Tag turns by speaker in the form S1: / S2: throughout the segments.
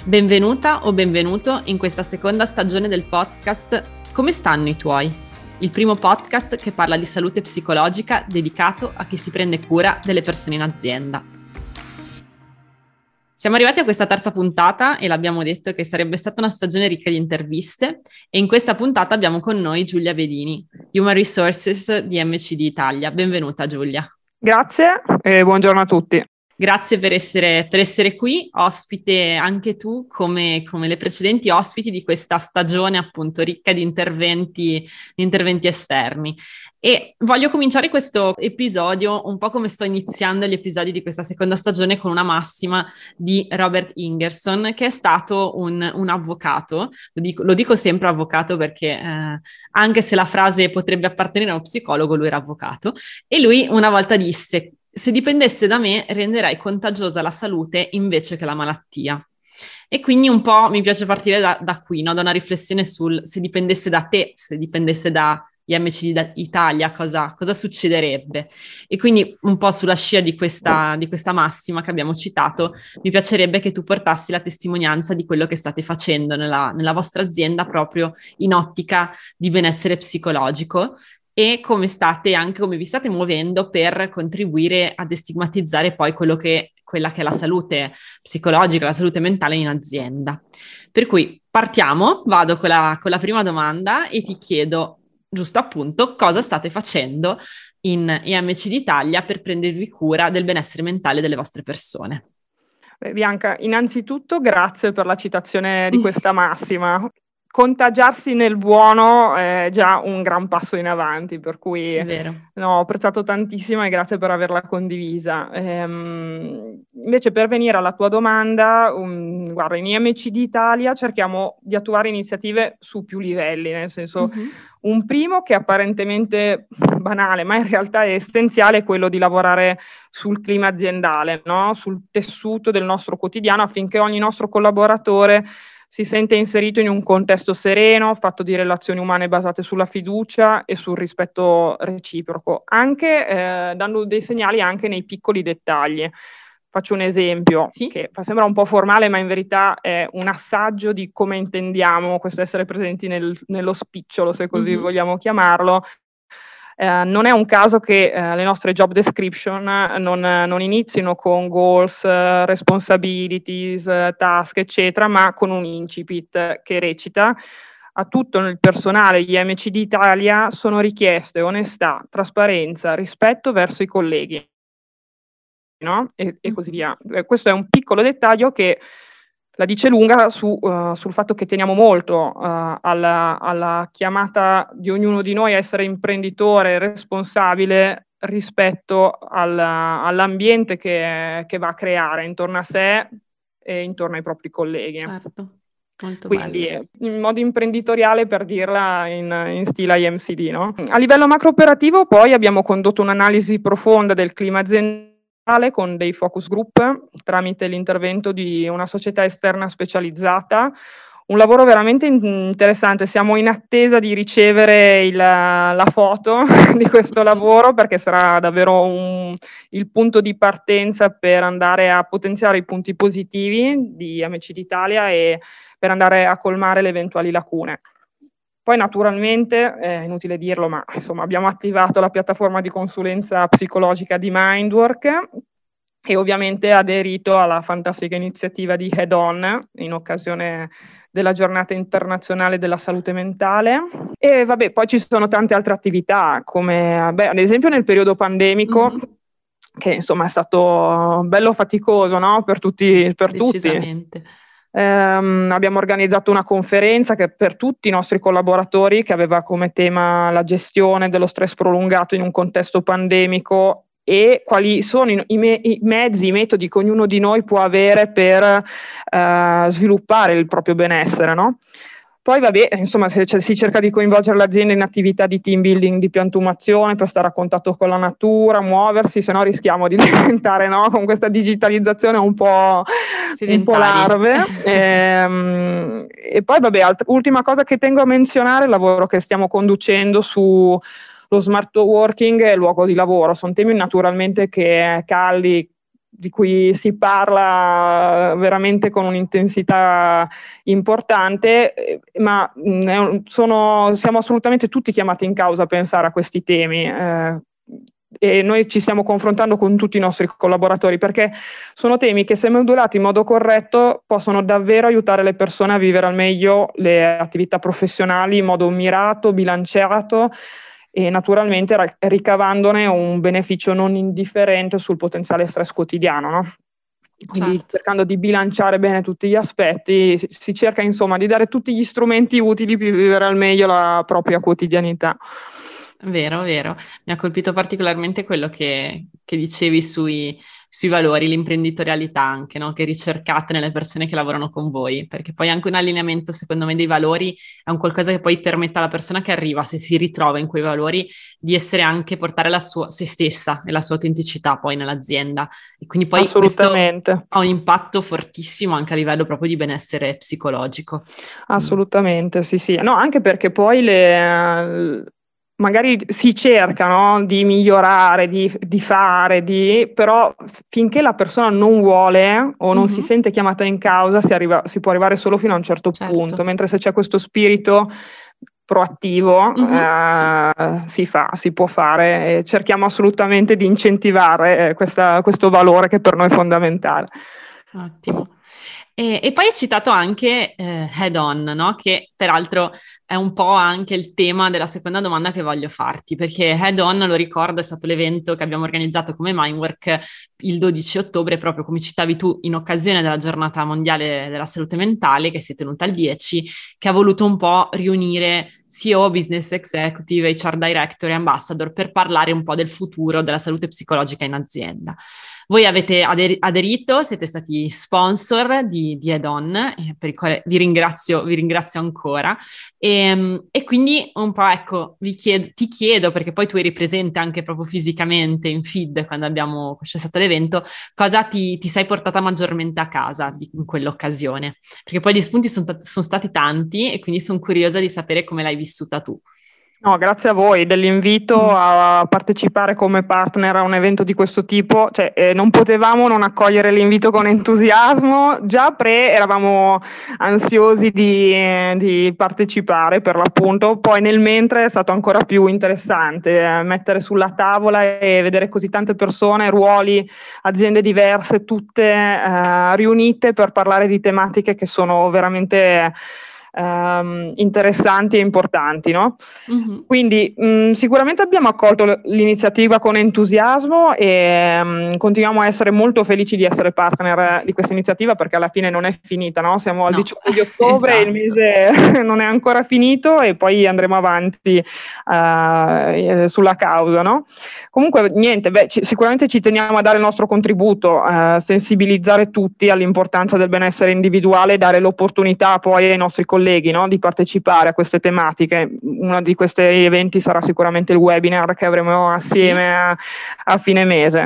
S1: Benvenuta o benvenuto in questa seconda stagione del podcast Come stanno i tuoi? Il primo podcast che parla di salute psicologica dedicato a chi si prende cura delle persone in azienda. Siamo arrivati a questa terza puntata e l'abbiamo detto che sarebbe stata una stagione ricca di interviste e in questa puntata abbiamo con noi Giulia Bedini, Human Resources di MCD Italia. Benvenuta Giulia.
S2: Grazie e buongiorno a tutti.
S1: Grazie per essere qui, ospite anche tu, come le precedenti ospiti di questa stagione appunto ricca di interventi esterni. E voglio cominciare questo episodio un po' come sto iniziando gli episodi di questa seconda stagione con una massima di Robert Ingerson, che è stato un avvocato, lo dico sempre avvocato perché anche se la frase potrebbe appartenere a uno psicologo, lui era avvocato, e lui una volta disse: se dipendesse da me, renderei contagiosa la salute invece che la malattia. E quindi un po' mi piace partire da qui, no? Da una riflessione sul se dipendesse da te, se dipendesse da MCD Italia, cosa succederebbe? E quindi un po' sulla scia di questa massima che abbiamo citato, mi piacerebbe che tu portassi la testimonianza di quello che state facendo nella vostra azienda proprio in ottica di benessere psicologico e come vi state muovendo per contribuire a destigmatizzare poi quella che è la salute psicologica, la salute mentale in azienda. Per cui vado con la prima domanda e ti chiedo giusto appunto cosa state facendo in EMCD Italia per prendervi cura del benessere mentale delle vostre persone.
S2: Bianca, innanzitutto grazie per la citazione di questa massima. Contagiarsi nel buono è già un gran passo in avanti, per cui ho apprezzato tantissimo e grazie per averla condivisa. Invece per venire alla tua domanda, guarda, in IMCD Italia cerchiamo di attuare iniziative su più livelli, nel senso un primo che è apparentemente banale, ma in realtà è essenziale, è quello di lavorare sul clima aziendale, no? Sul tessuto del nostro quotidiano affinché ogni nostro collaboratore si sente inserito in un contesto sereno, fatto di relazioni umane basate sulla fiducia e sul rispetto reciproco, anche dando dei segnali anche nei piccoli dettagli. Faccio un esempio che sembra un po' formale, ma in verità è un assaggio di come intendiamo questo essere presenti nello spicciolo, se così vogliamo chiamarlo. Non è un caso che le nostre job description non inizino con goals, responsibilities, task, eccetera, ma con un incipit che recita: a tutto il personale IMCD Italia sono richieste onestà, trasparenza, rispetto verso i colleghi, no? E così via. Questo è un piccolo dettaglio che la dice lunga sul fatto che teniamo molto alla chiamata di ognuno di noi a essere imprenditore responsabile rispetto all'ambiente che va a creare intorno a sé e intorno ai propri colleghi.
S1: Certo, molto
S2: quindi
S1: bello.
S2: In modo imprenditoriale, per dirla in stile IMCD, no? A livello macro operativo poi abbiamo condotto un'analisi profonda del clima aziendale con dei focus group tramite l'intervento di una società esterna specializzata, un lavoro veramente interessante. Siamo in attesa di ricevere la foto di questo lavoro, perché sarà davvero il punto di partenza per andare a potenziare i punti positivi di Amici d'Italia e per andare a colmare le eventuali lacune. Poi naturalmente, è inutile dirlo, ma insomma abbiamo attivato la piattaforma di consulenza psicologica di Mindwork e ovviamente aderito alla fantastica iniziativa di Head On in occasione della giornata internazionale della salute mentale. E vabbè, poi ci sono tante altre attività, come ad esempio nel periodo pandemico, che insomma è stato bello faticoso, no? Per tutti.
S1: Decisamente.
S2: Abbiamo organizzato una conferenza che per tutti i nostri collaboratori, che aveva come tema la gestione dello stress prolungato in un contesto pandemico e quali sono i mezzi, i metodi che ognuno di noi può avere per sviluppare il proprio benessere, no? Poi vabbè, insomma, si cerca di coinvolgere l'azienda in attività di team building, di piantumazione per stare a contatto con la natura, muoversi, se no rischiamo di diventare, no, con questa digitalizzazione un po' larve. E poi vabbè, ultima cosa che tengo a menzionare, il lavoro che stiamo conducendo su lo smart working e il luogo di lavoro. Sono temi naturalmente che caldi di cui si parla veramente con un'intensità importante, ma siamo assolutamente tutti chiamati in causa a pensare a questi temi. E noi ci stiamo confrontando con tutti i nostri collaboratori, perché sono temi che, se modulati in modo corretto, possono davvero aiutare le persone a vivere al meglio le attività professionali in modo mirato, bilanciato, e naturalmente ricavandone un beneficio non indifferente sul potenziale stress quotidiano, no? Quindi
S1: certo,
S2: cercando di bilanciare bene tutti gli aspetti, si cerca insomma di dare tutti gli strumenti utili per vivere al meglio la propria quotidianità.
S1: vero, vero. Mi ha colpito particolarmente quello che dicevi sui valori, l'imprenditorialità anche, no? Che ricercate nelle persone che lavorano con voi, perché poi anche un allineamento, secondo me, dei valori è un qualcosa che poi permette alla persona che arriva, se si ritrova in quei valori, di essere anche, portare se stessa e la sua autenticità poi nell'azienda. E quindi poi questo
S2: Assolutamente.
S1: ha un impatto fortissimo anche a livello proprio di benessere psicologico.
S2: Assolutamente, sì, sì. No, anche perché poi magari si cerca, no, di migliorare, di fare, però finché la persona non vuole o non si
S1: Mhm,
S2: sente chiamata in causa, si può arrivare solo fino a un certo punto,
S1: certo.
S2: mentre se c'è questo spirito proattivo,
S1: Mhm, sì.
S2: si può fare, e cerchiamo assolutamente di incentivare questo valore che per noi è fondamentale.
S1: Ottimo. E poi hai citato anche Head On, no? Che peraltro è un po' anche il tema della seconda domanda che voglio farti, perché Head On, lo ricordo, è stato l'evento che abbiamo organizzato come Mindwork il 12 ottobre, proprio come citavi tu, in occasione della giornata mondiale della salute mentale, che si è tenuta il 10, che ha voluto un po' riunire CEO, business executive, HR director e ambassador per parlare un po' del futuro della salute psicologica in azienda. Voi avete aderito, siete stati sponsor di Head-On, per il quale vi ringrazio ancora. E quindi un po', ecco, ti chiedo, perché poi tu eri presente anche proprio fisicamente in feed quando c'è stato l'evento, cosa ti sei portata maggiormente a casa in quell'occasione? Perché poi gli spunti sono stati tanti e quindi sono curiosa di sapere come l'hai vissuta tu.
S2: No, grazie a voi dell'invito a partecipare come partner a un evento di questo tipo. Cioè, non potevamo non accogliere l'invito con entusiasmo. Già eravamo ansiosi di partecipare, per l'appunto. Poi nel mentre è stato ancora più interessante mettere sulla tavola e vedere così tante persone, ruoli, aziende diverse, tutte riunite per parlare di tematiche che sono veramente interessanti e importanti, no?
S1: Mhm.
S2: Quindi sicuramente abbiamo accolto l'iniziativa con entusiasmo e continuiamo a essere molto felici di essere partner di questa iniziativa, perché alla fine non è finita, no? Siamo al
S1: No,
S2: 18 di ottobre e il
S1: esatto.
S2: mese non è ancora finito, e poi andremo avanti sulla causa, no? Comunque niente, sicuramente ci teniamo a dare il nostro contributo, a sensibilizzare tutti all'importanza del benessere individuale e dare l'opportunità poi ai nostri colleghi, no, di partecipare a queste tematiche. Uno di questi eventi sarà sicuramente il webinar che avremo
S1: Sì.
S2: assieme a fine mese.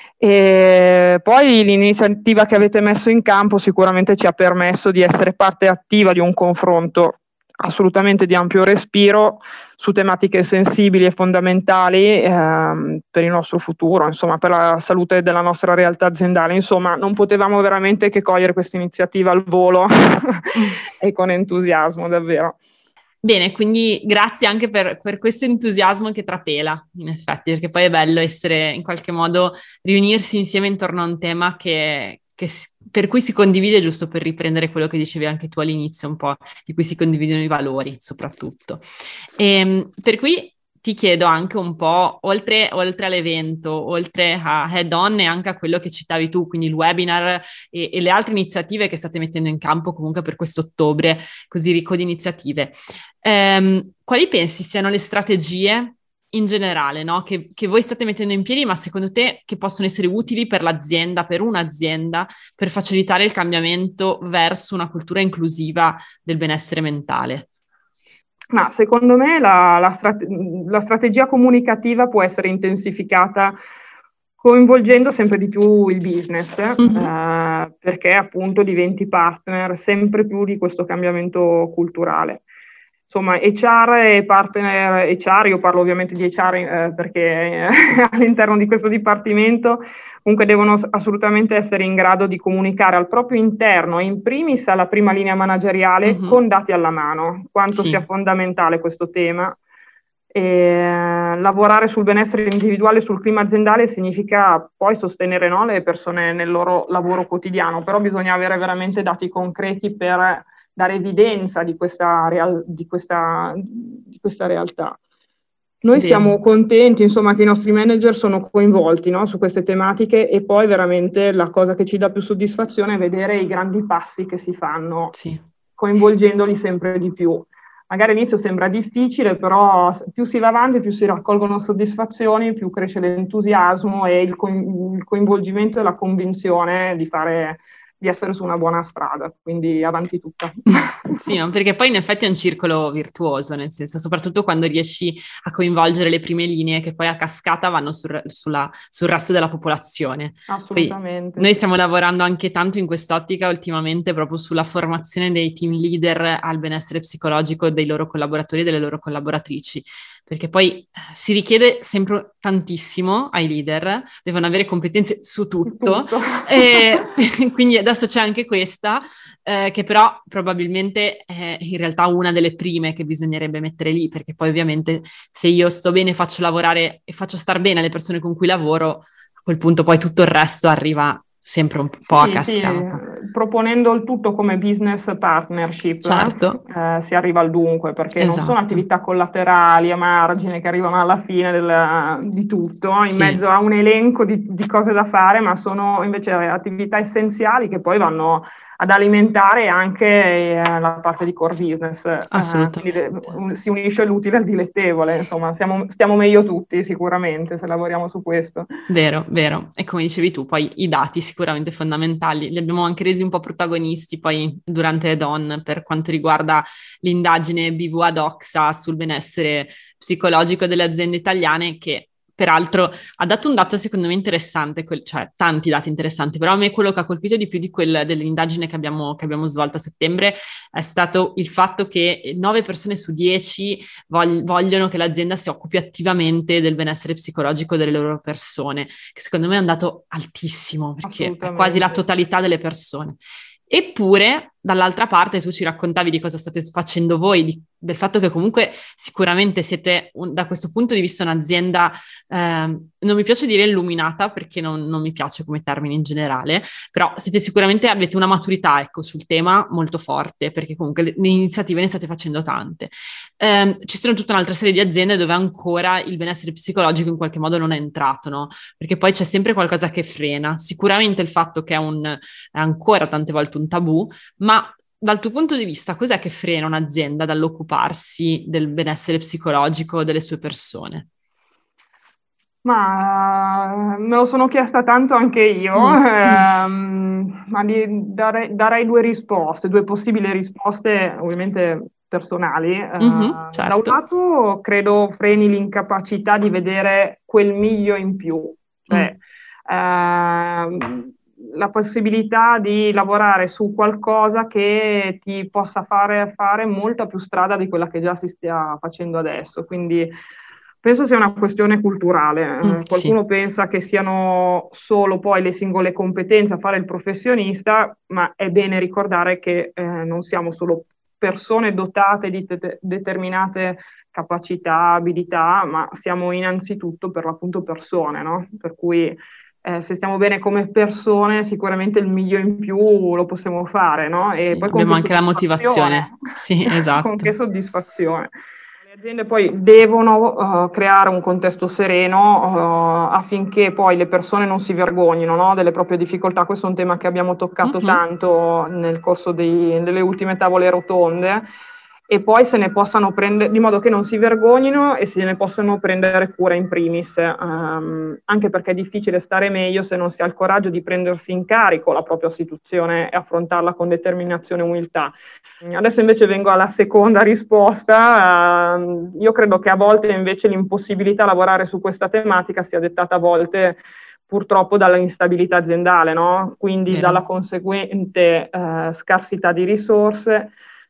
S2: E poi l'iniziativa che avete messo in campo sicuramente ci ha permesso di essere parte attiva di un confronto assolutamente di ampio respiro su tematiche sensibili e fondamentali per il nostro futuro, insomma, per la salute della nostra realtà aziendale. Insomma, non potevamo veramente che cogliere questa iniziativa al volo e con entusiasmo, davvero.
S1: Bene, quindi grazie anche per questo entusiasmo che trapela, in effetti, perché poi è bello essere in qualche modo riunirsi insieme intorno a un tema per cui si condivide, giusto per riprendere quello che dicevi anche tu all'inizio, un po' di cui si condividono i valori, soprattutto. Per cui ti chiedo anche un po', oltre all'evento, oltre a Head On e anche a quello che citavi tu, quindi il webinar e le altre iniziative che state mettendo in campo comunque per questo ottobre così ricco di iniziative. Quali pensi siano le strategie in generale, no? Che voi state mettendo in piedi, ma secondo te che possono essere utili per l'azienda, per un'azienda, per facilitare il cambiamento verso una cultura inclusiva del benessere mentale?
S2: Ma secondo me la strategia comunicativa può essere intensificata coinvolgendo sempre di più il business,
S1: Mhm.
S2: perché appunto diventi partner sempre più di questo cambiamento culturale. insomma, HR e partner HR, io parlo ovviamente di HR perché all'interno di questo dipartimento comunque devono assolutamente essere in grado di comunicare al proprio interno, in primis alla prima linea manageriale, con dati alla mano, quanto sia fondamentale questo tema. Lavorare sul benessere individuale, sul clima aziendale significa poi sostenere, no, le persone nel loro lavoro quotidiano, però bisogna avere veramente dati concreti per dare evidenza di questa realtà. Noi siamo contenti, insomma, che i nostri manager sono coinvolti, no, su queste tematiche, e poi veramente la cosa che ci dà più soddisfazione è vedere i grandi passi che si fanno, coinvolgendoli sempre di più. Magari all'inizio sembra difficile, però più si va avanti, più si raccolgono soddisfazioni, più cresce l'entusiasmo e il coinvolgimento e la convinzione di essere su una buona strada, quindi avanti tutta.
S1: Sì, ma perché poi in effetti è un circolo virtuoso, nel senso, soprattutto quando riesci a coinvolgere le prime linee che poi a cascata vanno sul resto della popolazione.
S2: Assolutamente.
S1: Poi noi stiamo lavorando anche tanto in quest'ottica ultimamente proprio sulla formazione dei team leader al benessere psicologico dei loro collaboratori e delle loro collaboratrici, perché poi si richiede sempre tantissimo ai leader, devono avere competenze su tutto. E quindi adesso c'è anche questa, che però probabilmente è in realtà una delle prime che bisognerebbe mettere lì, perché poi ovviamente se io sto bene, faccio lavorare e faccio star bene le persone con cui lavoro, a quel punto poi tutto il resto arriva sempre un po' a cascata.
S2: Sì, proponendo il tutto come business partnership,
S1: certo.
S2: Si arriva al dunque, perché non sono attività collaterali a margine che arrivano alla fine di tutto, in mezzo a un elenco di cose da fare, ma sono invece attività essenziali che poi vanno ad alimentare anche la parte di core business.
S1: Assolutamente.
S2: Si unisce l'utile al dilettevole, insomma, stiamo meglio tutti sicuramente se lavoriamo su questo.
S1: Vero, vero. E come dicevi tu, poi i dati sicuramente fondamentali, li abbiamo anche resi un po' protagonisti poi durante Dawn per quanto riguarda l'indagine BV-Adoxa sul benessere psicologico delle aziende italiane, che peraltro ha dato un dato secondo me interessante, cioè tanti dati interessanti, però a me quello che ha colpito di più di dell'indagine che abbiamo svolto a settembre è stato il fatto che 9 persone su 10 vogliono che l'azienda si occupi attivamente del benessere psicologico delle loro persone, che secondo me è un dato altissimo, perché è quasi la totalità delle persone. Eppure, dall'altra parte, tu ci raccontavi di cosa state facendo voi, del fatto che comunque sicuramente siete, da questo punto di vista, un'azienda, non mi piace dire illuminata, perché non mi piace come termine in generale, però sicuramente avete una maturità, ecco, sul tema molto forte, perché comunque le iniziative ne state facendo tante. Ci sono tutta un'altra serie di aziende dove ancora il benessere psicologico in qualche modo non è entrato, no? Perché poi c'è sempre qualcosa che frena. Sicuramente il fatto che è ancora tante volte un tabù, ma dal tuo punto di vista, cos'è che frena un'azienda dall'occuparsi del benessere psicologico delle sue persone?
S2: Ma me lo sono chiesta tanto anche io, ma darei due possibili risposte, ovviamente personali.
S1: Certo.
S2: Da un lato credo freni l'incapacità di vedere quel miglio in più, cioè la possibilità di lavorare su qualcosa che ti possa fare molta più strada di quella che già si stia facendo adesso, quindi penso sia una questione culturale. Qualcuno pensa che siano solo poi le singole competenze a fare il professionista, ma è bene ricordare che non siamo solo persone dotate di determinate capacità, abilità, ma siamo innanzitutto per l'appunto persone, no? Per cui se stiamo bene come persone, sicuramente il miglio in più lo possiamo fare, no? E poi
S1: abbiamo anche la motivazione. Sì, esatto.
S2: Con che soddisfazione. Le aziende poi devono creare un contesto sereno affinché poi le persone non si vergognino, no, delle proprie difficoltà. Questo è un tema che abbiamo toccato tanto nel corso delle ultime tavole rotonde, e poi se ne possano prendere, di modo che non si vergognino e se ne possano prendere cura in primis, anche perché è difficile stare meglio se non si ha il coraggio di prendersi in carico la propria situazione e affrontarla con determinazione e umiltà. Adesso invece vengo alla seconda risposta. Io credo che a volte invece l'impossibilità a lavorare su questa tematica sia dettata a volte purtroppo dalla instabilità aziendale, no? Quindi dalla conseguente scarsità di risorse,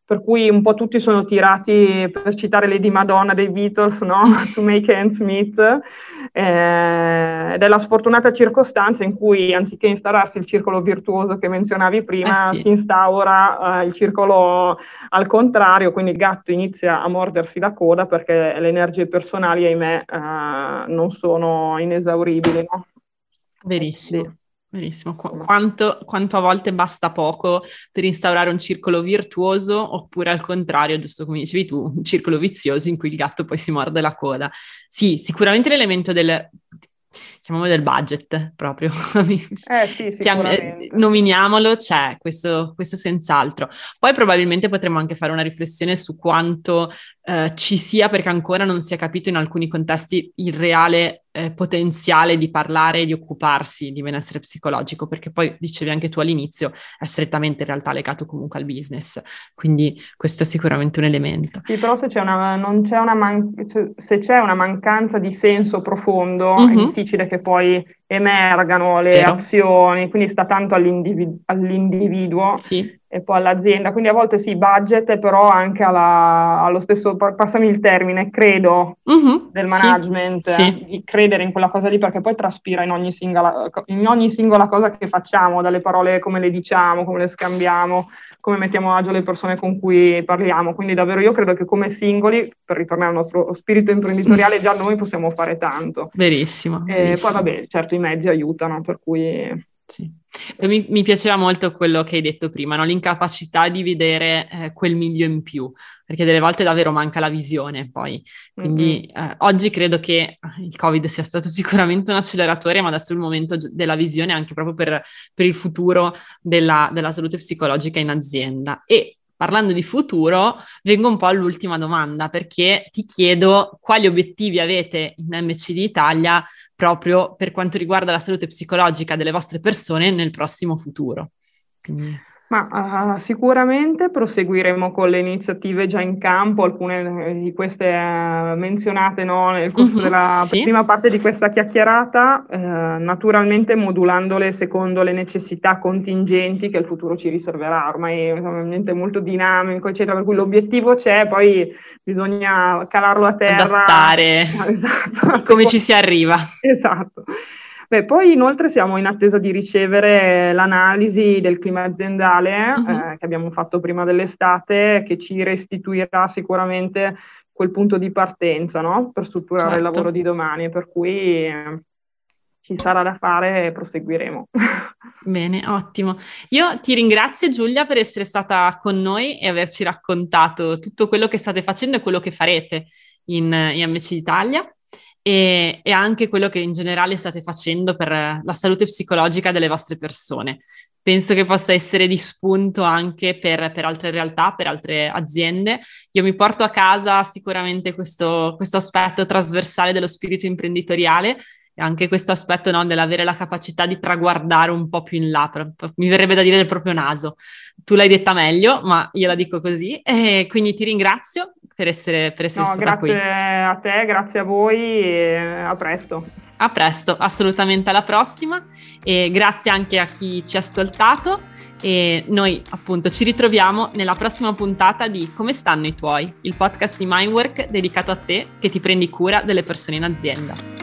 S2: per cui un po' tutti sono tirati, per citare Lady Madonna dei Beatles, no? To make ends meet, ed è la sfortunata circostanza in cui anziché instaurarsi il circolo virtuoso che menzionavi prima, si instaura il circolo al contrario, quindi il gatto inizia a mordersi la coda perché le energie personali, ahimè, non sono inesauribili, no?
S1: Verissimo. Sì. Benissimo. Quanto a volte basta poco per instaurare un circolo virtuoso, oppure al contrario, giusto come dicevi tu, un circolo vizioso in cui il gatto poi si morde la coda. Sì, sicuramente l'elemento chiamiamolo del budget proprio.
S2: Sì, sicuramente.
S1: Nominiamolo, c'è questo senz'altro. Poi probabilmente potremmo anche fare una riflessione su quanto ci sia, perché ancora non si è capito in alcuni contesti il reale potenziale di parlare e di occuparsi di benessere psicologico, perché poi dicevi anche tu all'inizio, è strettamente in realtà legato comunque al business, quindi questo è sicuramente un elemento.
S2: Sì, però se c'è una mancanza di senso profondo, è difficile che poi emergano le azioni, quindi sta tanto all'individuo e poi all'azienda, quindi a volte sì, budget, però anche allo stesso, passami il termine, credo del management, di credere in quella cosa lì, perché poi traspira in ogni singola cosa che facciamo, dalle parole come le diciamo, come le scambiamo, come mettiamo a agio le persone con cui parliamo, quindi davvero io credo che come singoli, per ritornare al nostro spirito imprenditoriale, già noi possiamo fare tanto.
S1: Verissimo.
S2: Poi vabbè, certo i mezzi aiutano, per cui...
S1: Sì. Mi piaceva molto quello che hai detto prima, no? L'incapacità di vedere quel miglio in più, perché delle volte davvero manca la visione poi. Quindi oggi credo che il Covid sia stato sicuramente un acceleratore, ma adesso è il momento della visione anche proprio per il futuro della salute psicologica in azienda. E parlando di futuro, vengo un po' all'ultima domanda, perché ti chiedo quali obiettivi avete in MCD Italia proprio per quanto riguarda la salute psicologica delle vostre persone nel prossimo futuro. Quindi...
S2: Ma sicuramente proseguiremo con le iniziative già in campo, alcune di queste menzionate, no, nel corso della prima parte di questa chiacchierata, naturalmente modulandole secondo le necessità contingenti che il futuro ci riserverà. Ormai è un ambiente molto dinamico, eccetera, per cui l'obiettivo c'è, poi bisogna calarlo a terra.
S1: Adattare, esatto, come ci si arriva.
S2: Esatto. Beh, poi inoltre siamo in attesa di ricevere l'analisi del clima aziendale che abbiamo fatto prima dell'estate, che ci restituirà sicuramente quel punto di partenza, no? Per strutturare il lavoro di domani, per cui ci sarà da fare e proseguiremo.
S1: Bene, ottimo. Io ti ringrazio Giulia per essere stata con noi e averci raccontato tutto quello che state facendo e quello che farete in MC Italia. E anche quello che in generale state facendo per la salute psicologica delle vostre persone. Penso che possa essere di spunto anche per altre realtà, per altre aziende. Io mi porto a casa sicuramente questo aspetto trasversale dello spirito imprenditoriale e anche questo aspetto, no, dell'avere la capacità di traguardare un po' più in là, mi verrebbe da dire del proprio naso. Tu l'hai detta meglio, ma io la dico così, e quindi ti ringrazio per essere stata qui.
S2: Grazie a te, grazie a voi e a presto.
S1: A presto, assolutamente alla prossima, e grazie anche a chi ci ha ascoltato, e noi appunto ci ritroviamo nella prossima puntata di Come stanno i tuoi, il podcast di Mindwork dedicato a te che ti prendi cura delle persone in azienda.